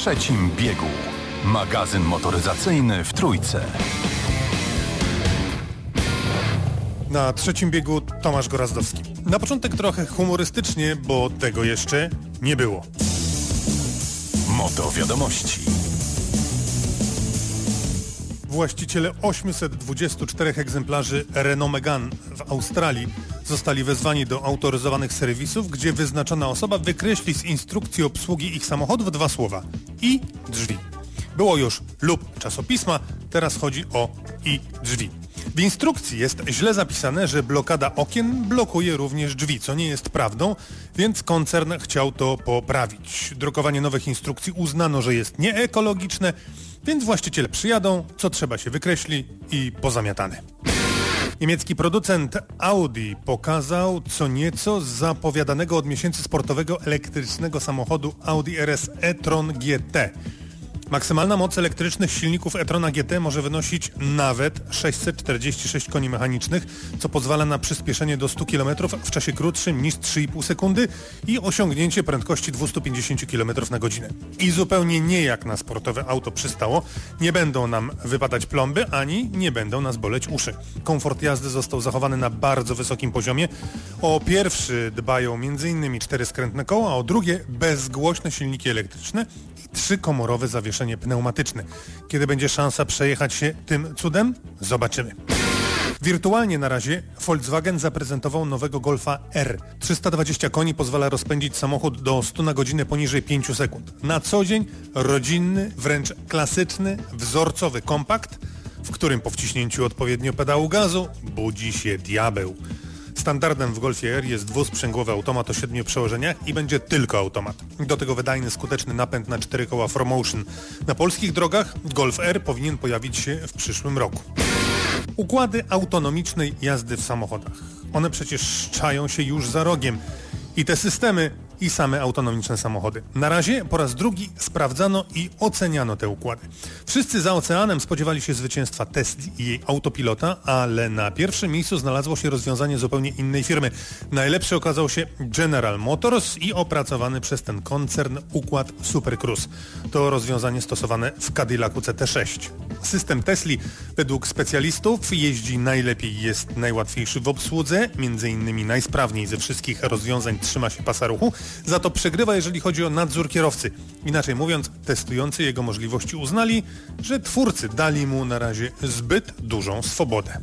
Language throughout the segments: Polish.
trzecim biegu. Magazyn motoryzacyjny w Trójce. Na trzecim biegu Tomasz Gorazdowski. Na początek trochę humorystycznie, bo tego jeszcze nie było. Moto Wiadomości. Właściciele 824 egzemplarzy Renault Megane w Australii zostali wezwani do autoryzowanych serwisów, gdzie wyznaczona osoba wykreśli z instrukcji obsługi ich samochodów 2 słowa: i drzwi. Było już lub czasopisma, teraz chodzi o i drzwi. W instrukcji jest źle zapisane, że blokada okien blokuje również drzwi, co nie jest prawdą, więc koncern chciał to poprawić. Drukowanie nowych instrukcji uznano, że jest nieekologiczne, więc właściciele przyjadą, co trzeba się wykreśli i pozamiatane. Niemiecki producent Audi pokazał co nieco z zapowiadanego od miesięcy sportowego elektrycznego samochodu Audi RS e-tron GT. Maksymalna moc elektrycznych silników e-trona GT może wynosić nawet 646 koni mechanicznych, co pozwala na przyspieszenie do 100 km w czasie krótszym niż 3,5 sekundy i osiągnięcie prędkości 250 km na godzinę. I zupełnie nie jak na sportowe auto przystało, nie będą nam wypadać plomby, ani nie będą nas boleć uszy. Komfort jazdy został zachowany na bardzo wysokim poziomie. O pierwszy dbają m.in. 4 skrętne koła, a o drugie bezgłośne silniki elektryczne i 3-komorowe zawieszenie pneumatyczne. Kiedy będzie szansa przejechać się tym cudem? Zobaczymy. Wirtualnie na razie Volkswagen zaprezentował nowego Golfa R. 320 koni pozwala rozpędzić samochód do 100 na godzinę poniżej 5 sekund. Na co dzień rodzinny, wręcz klasyczny, wzorcowy kompakt, w którym po wciśnięciu odpowiednio pedału gazu budzi się diabeł. Standardem w Golfie R jest dwusprzęgłowy automat o 7 przełożeniach i będzie tylko automat. Do tego wydajny, skuteczny napęd na 4 koła 4Motion. Na polskich drogach Golf R powinien pojawić się w przyszłym roku. Układy autonomicznej jazdy w samochodach. One przecież czają się już za rogiem. I te systemy, i same autonomiczne samochody. Na razie po raz drugi sprawdzano i oceniano te układy. Wszyscy za oceanem spodziewali się zwycięstwa Tesli i jej autopilota, ale na pierwszym miejscu znalazło się rozwiązanie zupełnie innej firmy. Najlepszy okazał się General Motors i opracowany przez ten koncern układ Super Cruise. To rozwiązanie stosowane w Cadillacu CT6. System Tesli według specjalistów jeździ najlepiej, jest najłatwiejszy w obsłudze, między innymi najsprawniej ze wszystkich rozwiązań trzyma się pasa ruchu, za to przegrywa, jeżeli chodzi o nadzór kierowcy. Inaczej mówiąc, testujący jego możliwości uznali, że twórcy dali mu na razie zbyt dużą swobodę.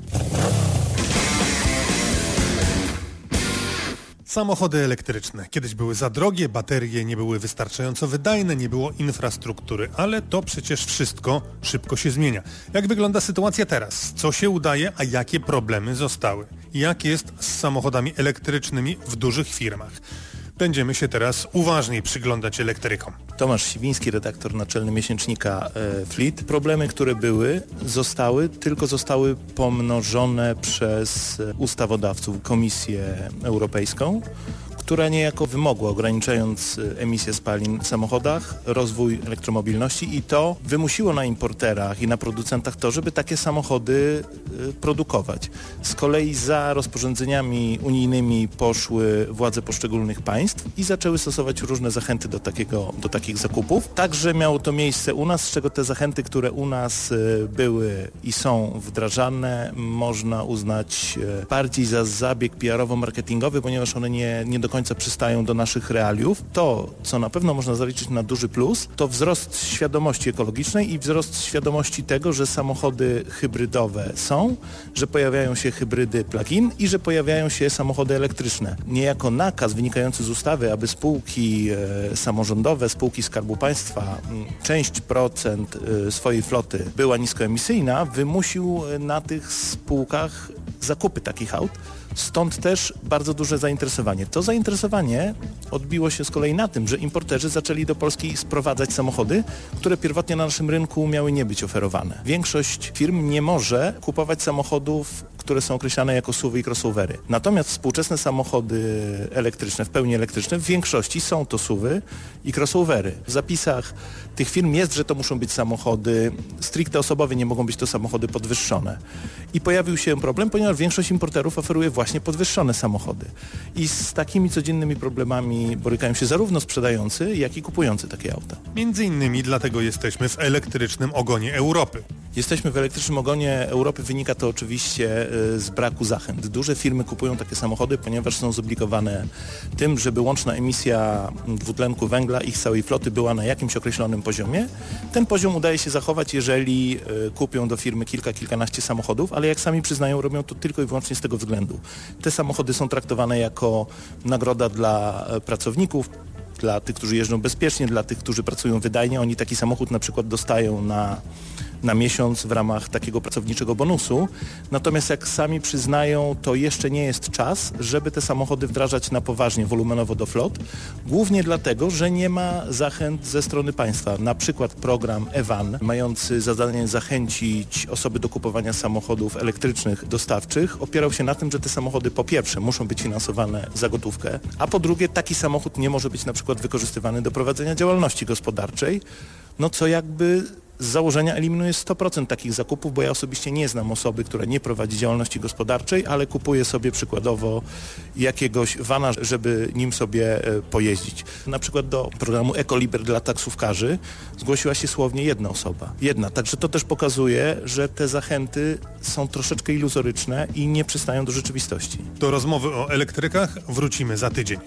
Samochody elektryczne. Kiedyś były za drogie, baterie nie były wystarczająco wydajne, nie było infrastruktury, ale to przecież wszystko szybko się zmienia. Jak wygląda sytuacja teraz? Co się udaje, a jakie problemy zostały? Jak jest z samochodami elektrycznymi w dużych firmach? Będziemy się teraz uważniej przyglądać elektrykom. Tomasz Siwiński, redaktor naczelny miesięcznika Fleet. Problemy, które były, zostały pomnożone przez ustawodawców, Komisję Europejską, która niejako wymogła, ograniczając emisję spalin w samochodach, rozwój elektromobilności i to wymusiło na importerach i na producentach to, żeby takie samochody produkować. Z kolei za rozporządzeniami unijnymi poszły władze poszczególnych państw i zaczęły stosować różne zachęty do takich zakupów. Także miało to miejsce u nas, z czego te zachęty, które u nas były i są wdrażane, można uznać bardziej za zabieg PR-owo-marketingowy, ponieważ one nie do końca przystają do naszych realiów. To, co na pewno można zaliczyć na duży plus, to wzrost świadomości ekologicznej i wzrost świadomości tego, że samochody hybrydowe są, że pojawiają się hybrydy plug-in i że pojawiają się samochody elektryczne. Niejako nakaz wynikający z ustawy, aby spółki samorządowe, spółki Skarbu Państwa, część procent swojej floty była niskoemisyjna, wymusił na tych spółkach zakupy takich aut. Stąd też bardzo duże zainteresowanie. To zainteresowanie odbiło się z kolei na tym, że importerzy zaczęli do Polski sprowadzać samochody, które pierwotnie na naszym rynku miały nie być oferowane. Większość firm nie może kupować samochodów, które są określane jako SUV-y i crossovery. Natomiast współczesne samochody elektryczne, w pełni elektryczne, w większości są to SUV-y i crossovery. W zapisach tych firm jest, że to muszą być samochody stricte osobowe, nie mogą być to samochody podwyższone. I pojawił się problem, ponieważ większość importerów oferuje właśnie podwyższone samochody. I z takimi codziennymi problemami borykają się zarówno sprzedający, jak i kupujący takie auta. Między innymi dlatego jesteśmy w elektrycznym ogonie Europy. Jesteśmy w elektrycznym ogonie Europy, wynika to oczywiście z braku zachęt. Duże firmy kupują takie samochody, ponieważ są zobligowane tym, żeby łączna emisja dwutlenku węgla ich całej floty była na jakimś określonym poziomie. Ten poziom udaje się zachować, jeżeli kupią do firmy kilkanaście samochodów, ale jak sami przyznają, robią to tylko i wyłącznie z tego względu. Te samochody są traktowane jako nagroda dla pracowników, dla tych, którzy jeżdżą bezpiecznie, dla tych, którzy pracują wydajnie. Oni taki samochód na przykład dostają na miesiąc w ramach takiego pracowniczego bonusu. Natomiast jak sami przyznają, to jeszcze nie jest czas, żeby te samochody wdrażać na poważnie, wolumenowo do flot. Głównie dlatego, że nie ma zachęt ze strony państwa. Na przykład program eVan, mający za zadanie zachęcić osoby do kupowania samochodów elektrycznych dostawczych, opierał się na tym, że te samochody po pierwsze muszą być finansowane za gotówkę, a po drugie taki samochód nie może być na przykład wykorzystywany do prowadzenia działalności gospodarczej, no co jakby z założenia eliminuje 100% takich zakupów, bo ja osobiście nie znam osoby, która nie prowadzi działalności gospodarczej, ale kupuje sobie przykładowo jakiegoś vana, żeby nim sobie pojeździć. Na przykład do programu Ecoliber dla taksówkarzy zgłosiła się słownie jedna osoba. Także to też pokazuje, że te zachęty są troszeczkę iluzoryczne i nie przystają do rzeczywistości. Do rozmowy o elektrykach wrócimy za tydzień.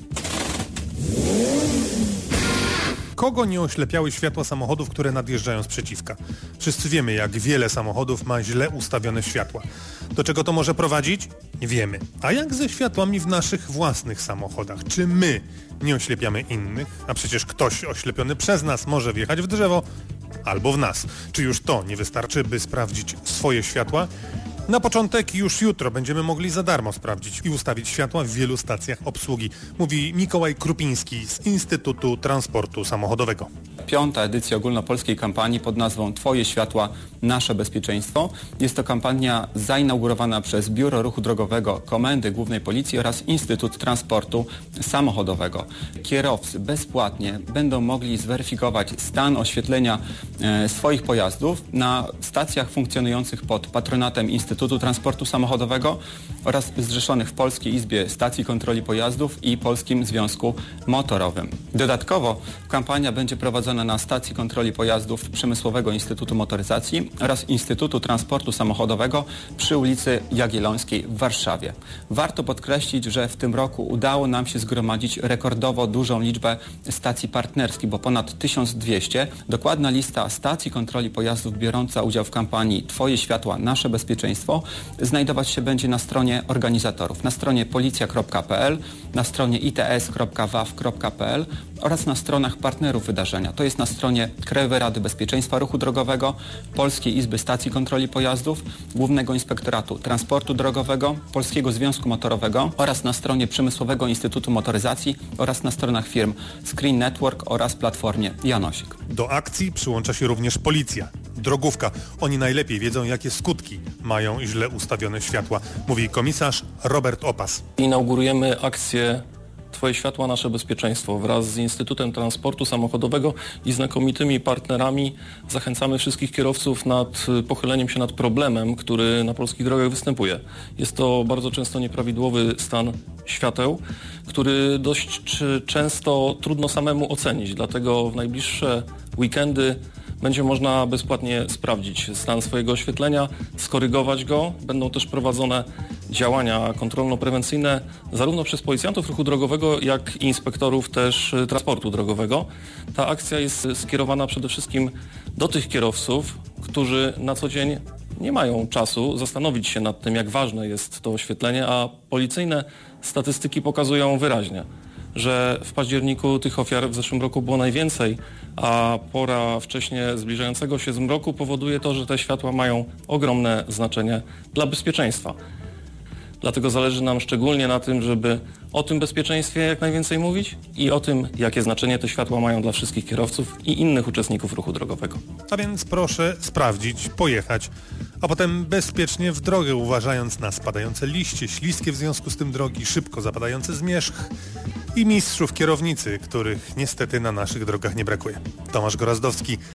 Kogo nie oślepiały światła samochodów, które nadjeżdżają z przeciwka? Wszyscy wiemy, jak wiele samochodów ma źle ustawione światła. Do czego to może prowadzić? Wiemy. A jak ze światłami w naszych własnych samochodach? Czy my nie oślepiamy innych? A przecież ktoś oślepiony przez nas może wjechać w drzewo albo w nas. Czy już to nie wystarczy, by sprawdzić swoje światła? Na początek już jutro będziemy mogli za darmo sprawdzić i ustawić światła w wielu stacjach obsługi, mówi Mikołaj Krupiński z Instytutu Transportu Samochodowego. 5. edycja ogólnopolskiej kampanii pod nazwą Twoje światła, nasze bezpieczeństwo. Jest to kampania zainaugurowana przez Biuro Ruchu Drogowego Komendy Głównej Policji oraz Instytut Transportu Samochodowego. Kierowcy bezpłatnie będą mogli zweryfikować stan oświetlenia swoich pojazdów na stacjach funkcjonujących pod patronatem Instytutu Transportu Samochodowego oraz zrzeszonych w Polskiej Izbie Stacji Kontroli Pojazdów i Polskim Związku Motorowym. Dodatkowo kampania będzie prowadzona na Stacji Kontroli Pojazdów Przemysłowego Instytutu Motoryzacji oraz Instytutu Transportu Samochodowego przy ulicy Jagiellońskiej w Warszawie. Warto podkreślić, że w tym roku udało nam się zgromadzić rekordowo dużą liczbę stacji partnerskich, bo ponad 1200. Dokładna lista stacji kontroli pojazdów biorąca udział w kampanii Twoje światła, nasze bezpieczeństwo znajdować się będzie na stronie organizatorów, na stronie policja.pl, na stronie its.waw.pl oraz na stronach partnerów wydarzenia. To jest na stronie Krajowej Rady Bezpieczeństwa Ruchu Drogowego, Polskiej Izby Stacji Kontroli Pojazdów, Głównego Inspektoratu Transportu Drogowego, Polskiego Związku Motorowego oraz na stronie Przemysłowego Instytutu Motoryzacji oraz na stronach firm Screen Network oraz platformie Janosik. Do akcji przyłącza się również policja. Drogówka. Oni najlepiej wiedzą, jakie skutki mają źle ustawione światła, mówi komisarz Robert Opas. Inaugurujemy akcję Twoje światła, nasze bezpieczeństwo. Wraz z Instytutem Transportu Samochodowego i znakomitymi partnerami zachęcamy wszystkich kierowców nad pochyleniem się nad problemem, który na polskich drogach występuje. Jest to bardzo często nieprawidłowy stan świateł, który dość często trudno samemu ocenić. Dlatego w najbliższe weekendy będzie można bezpłatnie sprawdzić stan swojego oświetlenia, skorygować go. Będą też prowadzone działania kontrolno-prewencyjne zarówno przez policjantów ruchu drogowego, jak i inspektorów też transportu drogowego. Ta akcja jest skierowana przede wszystkim do tych kierowców, którzy na co dzień nie mają czasu zastanowić się nad tym, jak ważne jest to oświetlenie, a policyjne statystyki pokazują wyraźnie, że w październiku tych ofiar w zeszłym roku było najwięcej, a pora wcześnie zbliżającego się zmroku powoduje to, że te światła mają ogromne znaczenie dla bezpieczeństwa. Dlatego zależy nam szczególnie na tym, żeby o tym bezpieczeństwie jak najwięcej mówić i o tym, jakie znaczenie te światła mają dla wszystkich kierowców i innych uczestników ruchu drogowego. A więc proszę sprawdzić, pojechać, a potem bezpiecznie w drogę, uważając na spadające liście, śliskie w związku z tym drogi, szybko zapadający zmierzch i mistrzów kierownicy, których niestety na naszych drogach nie brakuje. Tomasz Gorazdowski,